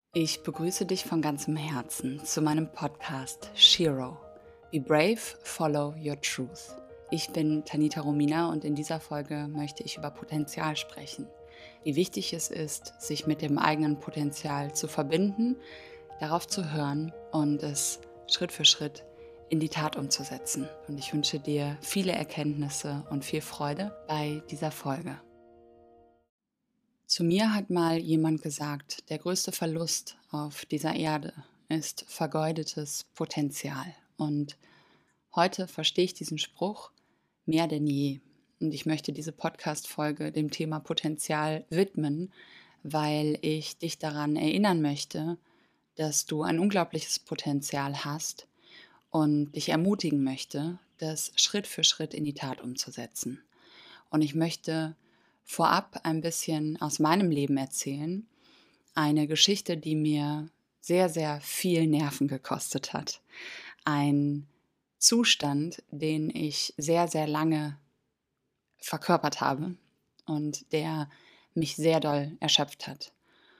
Ich begrüße dich von ganzem Herzen zu meinem Podcast Shiro. Be brave, follow your truth. Ich bin Tanita Romina und in dieser Folge möchte ich über Potenzial sprechen. Wie wichtig es ist, sich mit dem eigenen Potenzial zu verbinden, darauf zu hören und es Schritt für Schritt in die Tat umzusetzen. Und ich wünsche dir viele Erkenntnisse und viel Freude bei dieser Folge. Zu mir hat mal jemand gesagt, der größte Verlust auf dieser Erde ist vergeudetes Potenzial. Und heute verstehe ich diesen Spruch mehr denn je. Und ich möchte diese Podcast-Folge dem Thema Potenzial widmen, weil ich dich daran erinnern möchte, dass du ein unglaubliches Potenzial hast und dich ermutigen möchte, das Schritt für Schritt in die Tat umzusetzen. Und ich möchte vorab ein bisschen aus meinem Leben erzählen. Eine Geschichte, die mir sehr, sehr viel Nerven gekostet hat. Ein Zustand, den ich sehr, sehr lange verkörpert habe und der mich sehr doll erschöpft hat.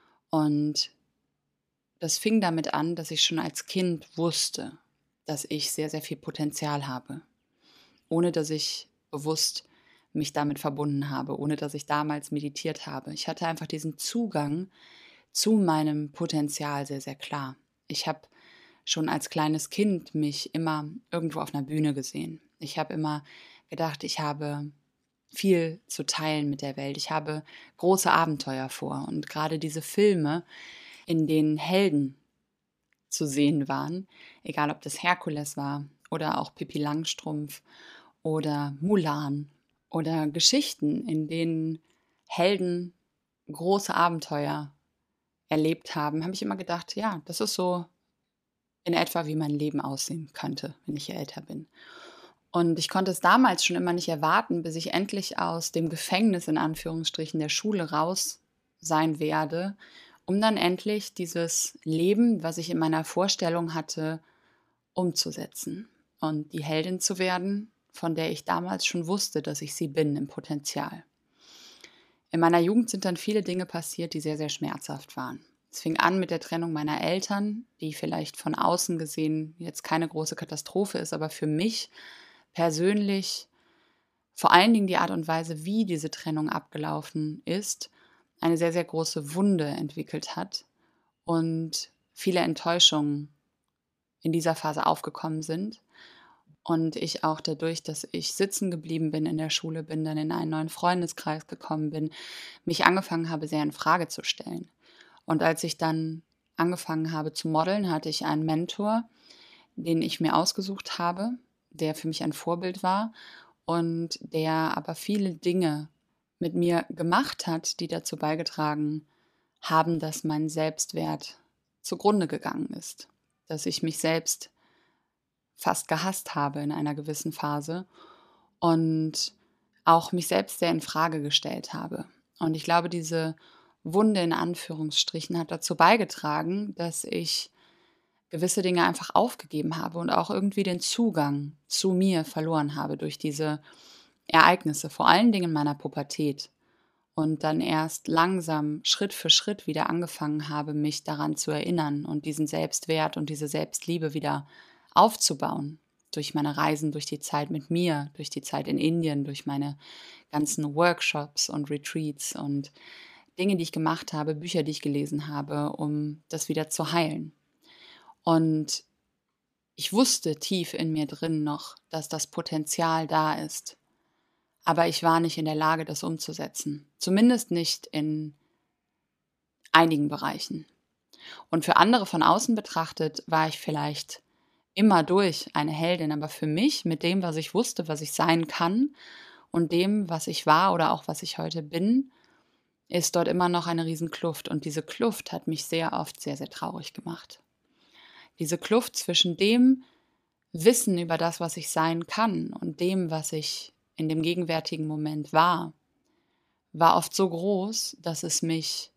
Und das fing damit an, dass ich schon als Kind wusste, dass ich sehr, sehr viel Potenzial habe, ohne dass ich bewusst mich damit verbunden habe, ohne dass ich damals meditiert habe. Ich hatte einfach diesen Zugang zu meinem Potenzial sehr, sehr klar. Ich habe schon als kleines Kind mich immer irgendwo auf einer Bühne gesehen. Ich habe immer gedacht, ich habe viel zu teilen mit der Welt. Ich habe große Abenteuer vor. Und gerade diese Filme, in denen Helden zu sehen waren, egal ob das Herkules war oder auch Pippi Langstrumpf oder Mulan oder Geschichten, in denen Helden große Abenteuer erlebt haben, habe ich immer gedacht, ja, das ist so in etwa, wie mein Leben aussehen könnte, wenn ich älter bin. Und ich konnte es damals schon immer nicht erwarten, bis ich endlich aus dem Gefängnis in Anführungsstrichen der Schule raus sein werde, um dann endlich dieses Leben, was ich in meiner Vorstellung hatte, umzusetzen und die Heldin zu werden, von der ich damals schon wusste, dass ich sie bin im Potenzial. In meiner Jugend sind dann viele Dinge passiert, die sehr, sehr schmerzhaft waren. Es fing an mit der Trennung meiner Eltern, die vielleicht von außen gesehen jetzt keine große Katastrophe ist, aber für mich persönlich vor allen Dingen die Art und Weise, wie diese Trennung abgelaufen ist, eine sehr, sehr große Wunde entwickelt hat und viele Enttäuschungen in dieser Phase aufgekommen sind. Und ich auch dadurch, dass ich sitzen geblieben bin in der Schule, bin dann in einen neuen Freundeskreis gekommen bin, mich angefangen habe, sehr in Frage zu stellen. Und als ich dann angefangen habe zu modeln, hatte ich einen Mentor, den ich mir ausgesucht habe, der für mich ein Vorbild war und der aber viele Dinge mit mir gemacht hat, die dazu beigetragen haben, dass mein Selbstwert zugrunde gegangen ist, dass ich mich selbst fast gehasst habe in einer gewissen Phase und auch mich selbst sehr in Frage gestellt habe. Und ich glaube, diese Wunde in Anführungsstrichen hat dazu beigetragen, dass ich gewisse Dinge einfach aufgegeben habe und auch irgendwie den Zugang zu mir verloren habe durch diese Ereignisse, vor allen Dingen in meiner Pubertät. Und dann erst langsam Schritt für Schritt wieder angefangen habe, mich daran zu erinnern und diesen Selbstwert und diese Selbstliebe wieder aufzubauen. Durch meine Reisen, durch die Zeit mit mir, durch die Zeit in Indien, durch meine ganzen Workshops und Retreats und Dinge, die ich gemacht habe, Bücher, die ich gelesen habe, um das wieder zu heilen. Und ich wusste tief in mir drin noch, dass das Potenzial da ist. Aber ich war nicht in der Lage, das umzusetzen. Zumindest nicht in einigen Bereichen. Und für andere von außen betrachtet war ich vielleicht immer durch eine Heldin, aber für mich, mit dem, was ich wusste, was ich sein kann und dem, was ich war oder auch was ich heute bin, ist dort immer noch eine Riesenkluft. Und diese Kluft hat mich sehr oft sehr, sehr traurig gemacht. Diese Kluft zwischen dem Wissen über das, was ich sein kann und dem, was ich in dem gegenwärtigen Moment war oft so groß, dass es mich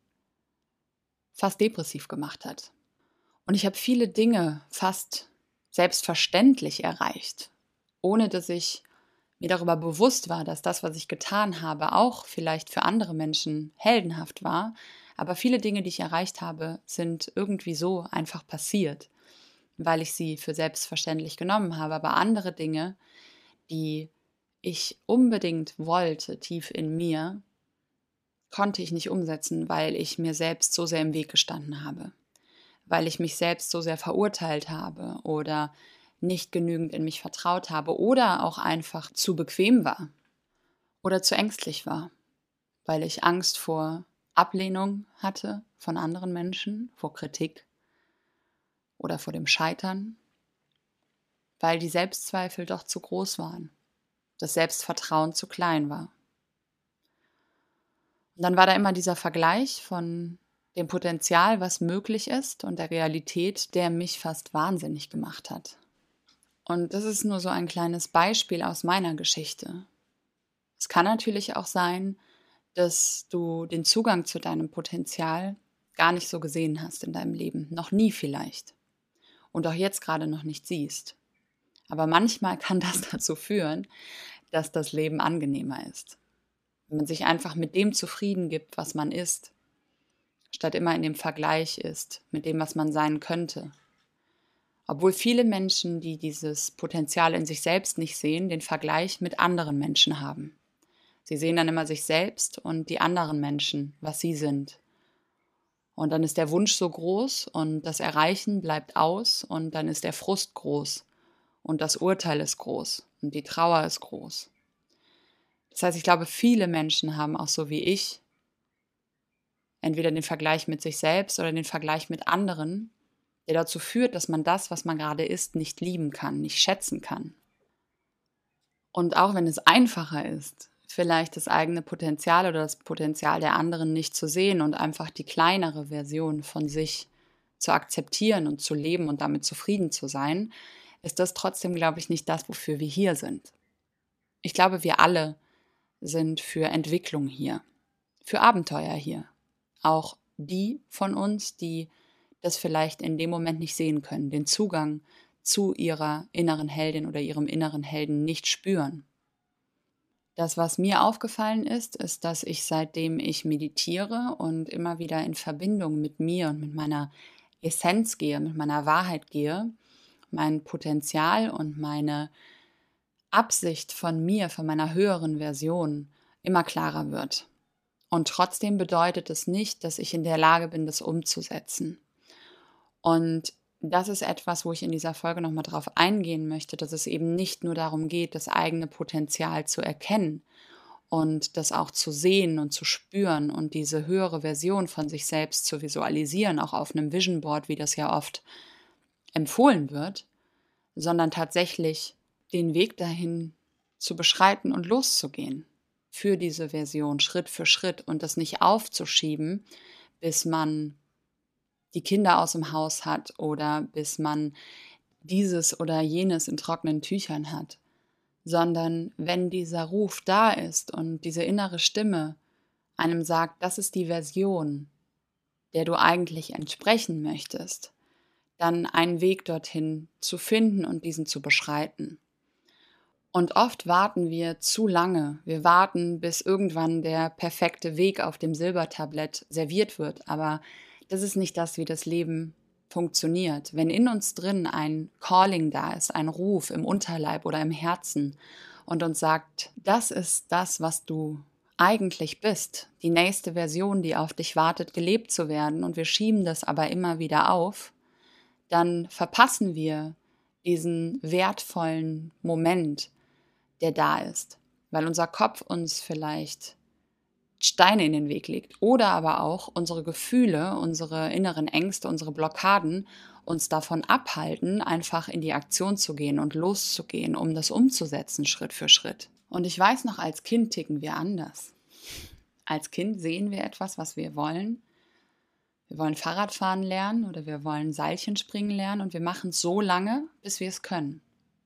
fast depressiv gemacht hat. Und ich habe viele Dinge fast selbstverständlich erreicht, ohne dass ich mir darüber bewusst war, dass das, was ich getan habe, auch vielleicht für andere Menschen heldenhaft war, Aber viele Dinge, die ich erreicht habe, sind irgendwie so einfach passiert, weil ich sie für selbstverständlich genommen habe. Aber andere Dinge, die ich unbedingt wollte, tief in mir, konnte ich nicht umsetzen, weil ich mir selbst so sehr im Weg gestanden habe, weil ich mich selbst so sehr verurteilt habe oder nicht genügend in mich vertraut habe oder auch einfach zu bequem war oder zu ängstlich war, weil ich Angst vor Ablehnung hatte von anderen Menschen, vor Kritik oder vor dem Scheitern, weil die Selbstzweifel doch zu groß waren, das Selbstvertrauen zu klein war. Und dann war da immer dieser Vergleich von dem Potenzial, was möglich ist, und der Realität, der mich fast wahnsinnig gemacht hat. Und das ist nur so ein kleines Beispiel aus meiner Geschichte. Es kann natürlich auch sein, dass du den Zugang zu deinem Potenzial gar nicht so gesehen hast in deinem Leben, noch nie vielleicht, und auch jetzt gerade noch nicht siehst. Aber manchmal kann das dazu führen, dass das Leben angenehmer ist. Wenn man sich einfach mit dem zufrieden gibt, was man ist, statt immer in dem Vergleich ist mit dem, was man sein könnte. Obwohl viele Menschen, die dieses Potenzial in sich selbst nicht sehen, den Vergleich mit anderen Menschen haben. Sie sehen dann immer sich selbst und die anderen Menschen, was sie sind. Und dann ist der Wunsch so groß und das Erreichen bleibt aus und dann ist der Frust groß und das Urteil ist groß und die Trauer ist groß. Das heißt, ich glaube, viele Menschen haben auch so wie ich entweder den Vergleich mit sich selbst oder den Vergleich mit anderen, der dazu führt, dass man das, was man gerade ist, nicht lieben kann, nicht schätzen kann. Und auch wenn es einfacher ist, vielleicht das eigene Potenzial oder das Potenzial der anderen nicht zu sehen und einfach die kleinere Version von sich zu akzeptieren und zu leben und damit zufrieden zu sein, ist das trotzdem, glaube ich, nicht das, wofür wir hier sind. Ich glaube, wir alle sind für Entwicklung hier, für Abenteuer hier. Auch die von uns, die das vielleicht in dem Moment nicht sehen können, den Zugang zu ihrer inneren Heldin oder ihrem inneren Helden nicht spüren. Das, was mir aufgefallen ist, ist, dass ich, seitdem ich meditiere und immer wieder in Verbindung mit mir und mit meiner Essenz gehe, mit meiner Wahrheit gehe, mein Potenzial und meine Absicht von mir, von meiner höheren Version immer klarer wird. Und trotzdem bedeutet es nicht, dass ich in der Lage bin, das umzusetzen. Und das ist etwas, wo ich in dieser Folge nochmal drauf eingehen möchte, dass es eben nicht nur darum geht, das eigene Potenzial zu erkennen und das auch zu sehen und zu spüren und diese höhere Version von sich selbst zu visualisieren, auch auf einem Vision Board, wie das ja oft empfohlen wird, sondern tatsächlich den Weg dahin zu beschreiten und loszugehen für diese Version Schritt für Schritt und das nicht aufzuschieben, bis man die Kinder aus dem Haus hat oder bis man dieses oder jenes in trockenen Tüchern hat, sondern wenn dieser Ruf da ist und diese innere Stimme einem sagt, das ist die Version, der du eigentlich entsprechen möchtest, dann einen Weg dorthin zu finden und diesen zu beschreiten. Und oft warten wir zu lange. Wir warten, bis irgendwann der perfekte Weg auf dem Silbertablett serviert wird. Aber das ist nicht das, wie das Leben funktioniert. Wenn in uns drin ein Calling da ist, ein Ruf im Unterleib oder im Herzen und uns sagt, das ist das, was du eigentlich bist, die nächste Version, die auf dich wartet, gelebt zu werden, und wir schieben das aber immer wieder auf, dann verpassen wir diesen wertvollen Moment, der da ist, weil unser Kopf uns vielleicht Steine in den Weg legt oder aber auch unsere Gefühle, unsere inneren Ängste, unsere Blockaden uns davon abhalten, einfach in die Aktion zu gehen und loszugehen, um das umzusetzen, Schritt für Schritt. Und ich weiß noch, als Kind ticken wir anders. Als Kind sehen wir etwas, was wir wollen. Wir wollen Fahrradfahren lernen oder wir wollen Seilchenspringen lernen und wir machen es so lange, bis wir es können.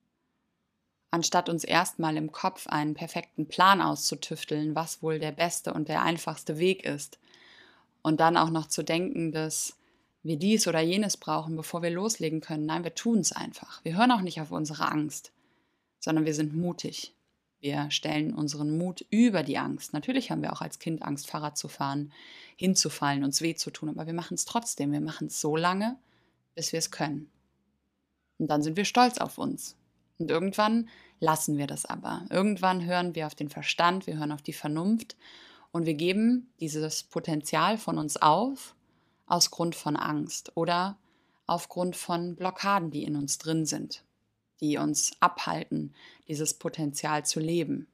Anstatt uns erstmal im Kopf einen perfekten Plan auszutüfteln, was wohl der beste und der einfachste Weg ist. Und dann auch noch zu denken, dass wir dies oder jenes brauchen, bevor wir loslegen können. Nein, wir tun es einfach. Wir hören auch nicht auf unsere Angst, sondern wir sind mutig. Wir stellen unseren Mut über die Angst. Natürlich haben wir auch als Kind Angst, Fahrrad zu fahren, hinzufallen, uns weh zu tun, aber wir machen es trotzdem. Wir machen es so lange, bis wir es können. Und dann sind wir stolz auf uns. Und irgendwann lassen wir das aber. Irgendwann hören wir auf den Verstand, wir hören auf die Vernunft und wir geben dieses Potenzial von uns auf, aus Grund von Angst oder aufgrund von Blockaden, die in uns drin sind, die uns abhalten, dieses Potenzial zu leben.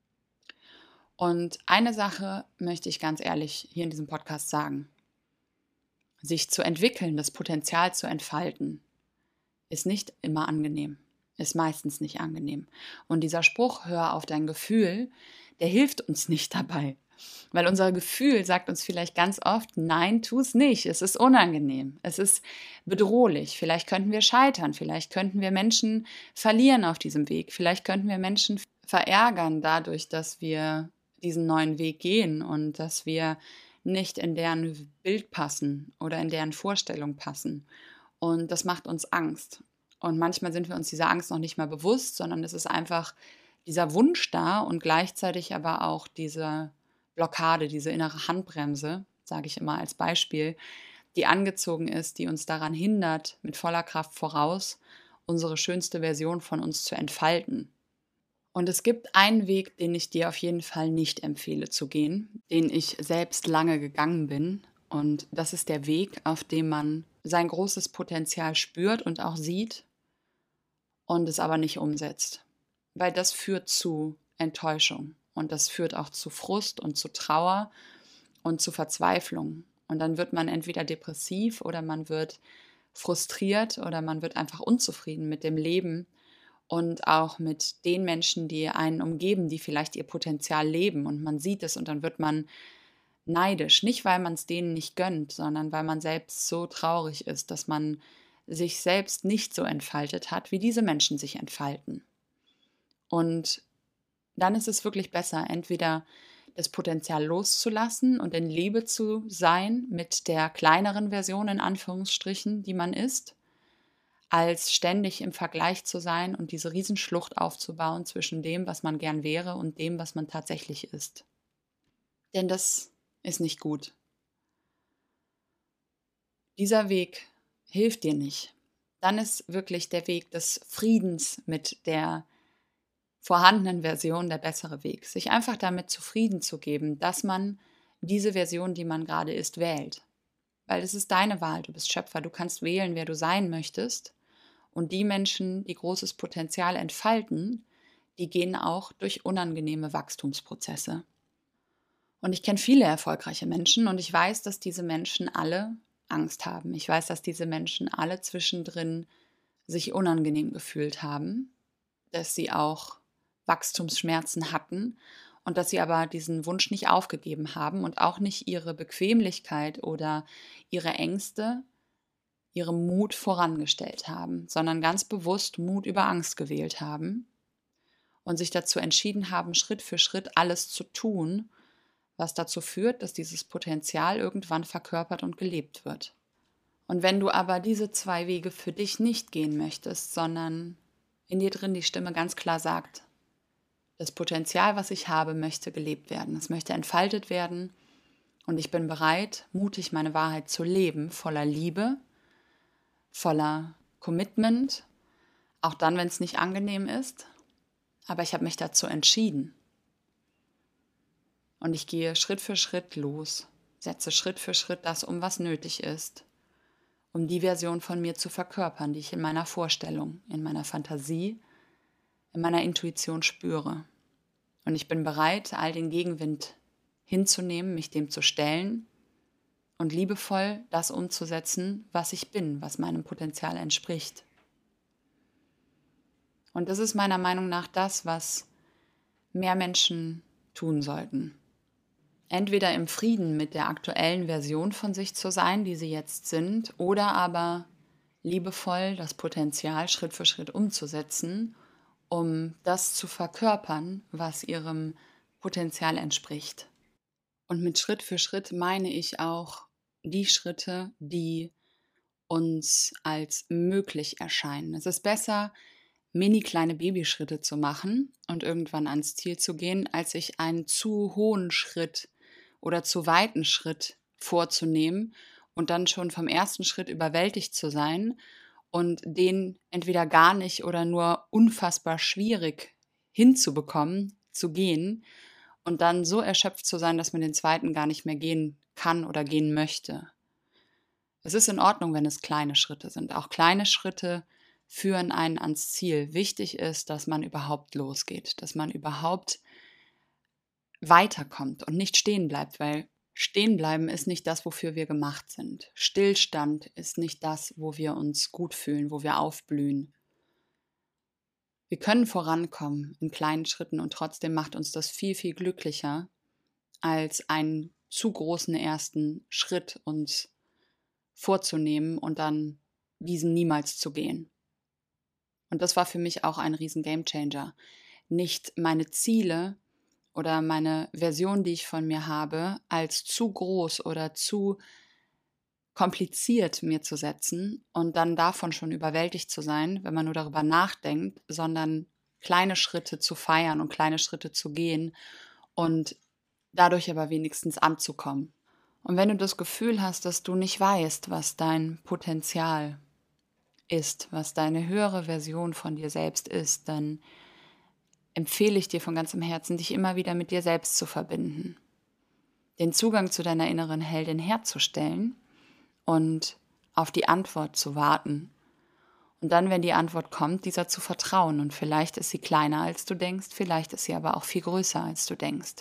Und eine Sache möchte ich ganz ehrlich hier in diesem Podcast sagen. Sich zu entwickeln, das Potenzial zu entfalten, ist nicht immer angenehm, ist meistens nicht angenehm. Und dieser Spruch, hör auf dein Gefühl, der hilft uns nicht dabei. Weil unser Gefühl sagt uns vielleicht ganz oft, nein, tu es nicht, es ist unangenehm, es ist bedrohlich, vielleicht könnten wir scheitern, vielleicht könnten wir Menschen verlieren auf diesem Weg, vielleicht könnten wir Menschen verärgern dadurch, dass wir diesen neuen Weg gehen und dass wir nicht in deren Bild passen oder in deren Vorstellung passen. Und das macht uns Angst. Und manchmal sind wir uns dieser Angst noch nicht mal bewusst, sondern es ist einfach dieser Wunsch da und gleichzeitig aber auch diese Blockade, diese innere Handbremse, sage ich immer als Beispiel, die angezogen ist, die uns daran hindert, mit voller Kraft voraus unsere schönste Version von uns zu entfalten. Und es gibt einen Weg, den ich dir auf jeden Fall nicht empfehle zu gehen, den ich selbst lange gegangen bin. Und das ist der Weg, auf dem man sein großes Potenzial spürt und auch sieht und es aber nicht umsetzt. Weil das führt zu Enttäuschung und das führt auch zu Frust und zu Trauer und zu Verzweiflung. Und dann wird man entweder depressiv oder man wird frustriert oder man wird einfach unzufrieden mit dem Leben und auch mit den Menschen, die einen umgeben, die vielleicht ihr Potenzial leben. Und man sieht es und dann wird man neidisch. Nicht, weil man es denen nicht gönnt, sondern weil man selbst so traurig ist, dass man sich selbst nicht so entfaltet hat, wie diese Menschen sich entfalten. Und dann ist es wirklich besser, entweder das Potenzial loszulassen und in Liebe zu sein mit der kleineren Version in Anführungsstrichen, die man ist, als ständig im Vergleich zu sein und diese Riesenschlucht aufzubauen zwischen dem, was man gern wäre und dem, was man tatsächlich ist. Denn das ist nicht gut. Dieser Weg hilft dir nicht. Dann ist wirklich der Weg des Friedens mit der vorhandenen Version der bessere Weg. Sich einfach damit zufrieden zu geben, dass man diese Version, die man gerade ist, wählt. Weil es ist deine Wahl, du bist Schöpfer, du kannst wählen, wer du sein möchtest. Und die Menschen, die großes Potenzial entfalten, die gehen auch durch unangenehme Wachstumsprozesse. Und ich kenne viele erfolgreiche Menschen und ich weiß, dass diese Menschen alle Angst haben. Ich weiß, dass diese Menschen alle zwischendrin sich unangenehm gefühlt haben, dass sie auch Wachstumsschmerzen hatten und dass sie aber diesen Wunsch nicht aufgegeben haben und auch nicht ihre Bequemlichkeit oder ihre Ängste, ihrem Mut vorangestellt haben, sondern ganz bewusst Mut über Angst gewählt haben und sich dazu entschieden haben, Schritt für Schritt alles zu tun, was dazu führt, dass dieses Potenzial irgendwann verkörpert und gelebt wird. Und wenn du aber diese zwei Wege für dich nicht gehen möchtest, sondern in dir drin die Stimme ganz klar sagt, das Potenzial, was ich habe, möchte gelebt werden, es möchte entfaltet werden und ich bin bereit, mutig meine Wahrheit zu leben, voller Liebe, voller Commitment, auch dann, wenn es nicht angenehm ist, aber ich habe mich dazu entschieden. Und ich gehe Schritt für Schritt los, setze Schritt für Schritt das um, was nötig ist, um die Version von mir zu verkörpern, die ich in meiner Vorstellung, in meiner Fantasie, in meiner Intuition spüre. Und ich bin bereit, all den Gegenwind hinzunehmen, mich dem zu stellen und liebevoll das umzusetzen, was ich bin, was meinem Potenzial entspricht. Und das ist meiner Meinung nach das, was mehr Menschen tun sollten. Entweder im Frieden mit der aktuellen Version von sich zu sein, die sie jetzt sind, oder aber liebevoll das Potenzial Schritt für Schritt umzusetzen, um das zu verkörpern, was ihrem Potenzial entspricht. Und mit Schritt für Schritt meine ich auch die Schritte, die uns als möglich erscheinen. Es ist besser, mini kleine Babyschritte zu machen und irgendwann ans Ziel zu gehen, als sich einen zu hohen Schritt oder zu weiten Schritt vorzunehmen und dann schon vom ersten Schritt überwältigt zu sein und den entweder gar nicht oder nur unfassbar schwierig hinzubekommen, zu gehen und dann so erschöpft zu sein, dass man den zweiten gar nicht mehr gehen kann oder gehen möchte. Es ist in Ordnung, wenn es kleine Schritte sind. Auch kleine Schritte führen einen ans Ziel. Wichtig ist, dass man überhaupt losgeht, dass man überhaupt weiterkommt und nicht stehen bleibt, weil stehen bleiben ist nicht das, wofür wir gemacht sind. Stillstand ist nicht das, wo wir uns gut fühlen, wo wir aufblühen. Wir können vorankommen in kleinen Schritten und trotzdem macht uns das viel, viel glücklicher, als einen zu großen ersten Schritt uns vorzunehmen und dann diesen niemals zu gehen. Und das war für mich auch ein riesen Gamechanger. Nicht meine Ziele oder meine Version, die ich von mir habe, als zu groß oder zu kompliziert mir zu setzen und dann davon schon überwältigt zu sein, wenn man nur darüber nachdenkt, sondern kleine Schritte zu feiern und kleine Schritte zu gehen und dadurch aber wenigstens anzukommen. Und wenn du das Gefühl hast, dass du nicht weißt, was dein Potenzial ist, was deine höhere Version von dir selbst ist, dann empfehle ich dir von ganzem Herzen, dich immer wieder mit dir selbst zu verbinden, den Zugang zu deiner inneren Heldin herzustellen und auf die Antwort zu warten. Und dann, wenn die Antwort kommt, dieser zu vertrauen. Und vielleicht ist sie kleiner, als du denkst, vielleicht ist sie aber auch viel größer, als du denkst.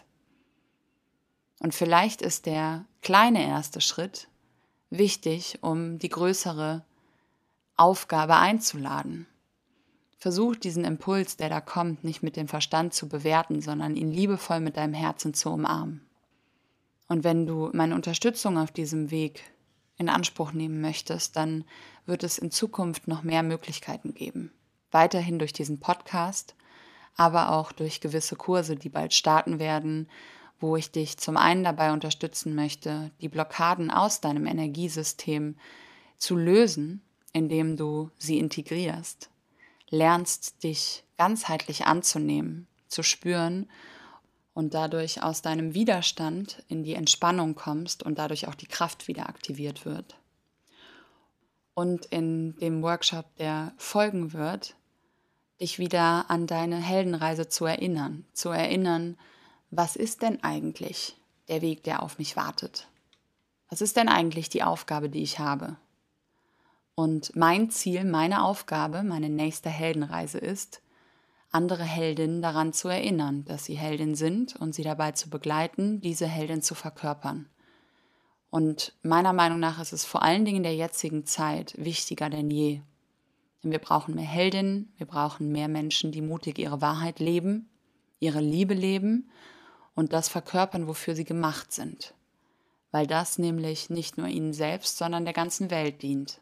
Und vielleicht ist der kleine erste Schritt wichtig, um die größere Aufgabe einzuladen. Versuch diesen Impuls, der da kommt, nicht mit dem Verstand zu bewerten, sondern ihn liebevoll mit deinem Herzen zu umarmen. Und wenn du meine Unterstützung auf diesem Weg in Anspruch nehmen möchtest, dann wird es in Zukunft noch mehr Möglichkeiten geben. Weiterhin durch diesen Podcast, aber auch durch gewisse Kurse, die bald starten werden, wo ich dich zum einen dabei unterstützen möchte, die Blockaden aus deinem Energiesystem zu lösen, indem du sie integrierst, lernst, dich ganzheitlich anzunehmen, zu spüren und dadurch aus deinem Widerstand in die Entspannung kommst und dadurch auch die Kraft wieder aktiviert wird. Und in dem Workshop, der folgen wird, dich wieder an deine Heldenreise zu erinnern, was ist denn eigentlich der Weg, der auf mich wartet? Was ist denn eigentlich die Aufgabe, die ich habe? Und mein Ziel, meine Aufgabe, meine nächste Heldenreise ist, andere Heldinnen daran zu erinnern, dass sie Heldin sind und sie dabei zu begleiten, diese Heldin zu verkörpern. Und meiner Meinung nach ist es vor allen Dingen in der jetzigen Zeit wichtiger denn je. Denn wir brauchen mehr Heldinnen, wir brauchen mehr Menschen, die mutig ihre Wahrheit leben, ihre Liebe leben und das verkörpern, wofür sie gemacht sind. Weil das nämlich nicht nur ihnen selbst, sondern der ganzen Welt dient.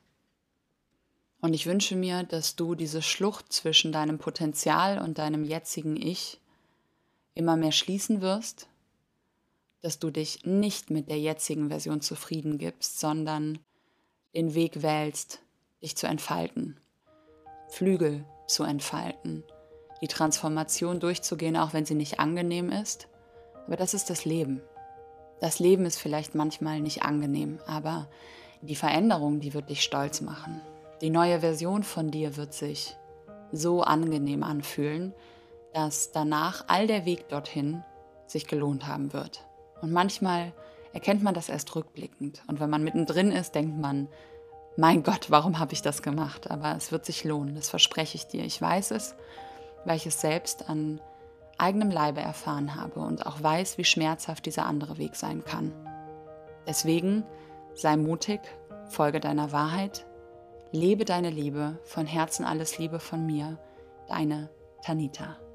Und ich wünsche mir, dass du diese Schlucht zwischen deinem Potenzial und deinem jetzigen Ich immer mehr schließen wirst, dass du dich nicht mit der jetzigen Version zufrieden gibst, sondern den Weg wählst, dich zu entfalten, Flügel zu entfalten, die Transformation durchzugehen, auch wenn sie nicht angenehm ist. Aber das ist das Leben. Das Leben ist vielleicht manchmal nicht angenehm, aber die Veränderung, die wird dich stolz machen. Die neue Version von dir wird sich so angenehm anfühlen, dass danach all der Weg dorthin sich gelohnt haben wird. Und manchmal erkennt man das erst rückblickend. Und wenn man mittendrin ist, denkt man, mein Gott, warum habe ich das gemacht? Aber es wird sich lohnen, das verspreche ich dir. Ich weiß es, weil ich es selbst an eigenem Leibe erfahren habe und auch weiß, wie schmerzhaft dieser andere Weg sein kann. Deswegen sei mutig, folge deiner Wahrheit, lebe deine Liebe, von Herzen alles Liebe von mir, deine Tanita.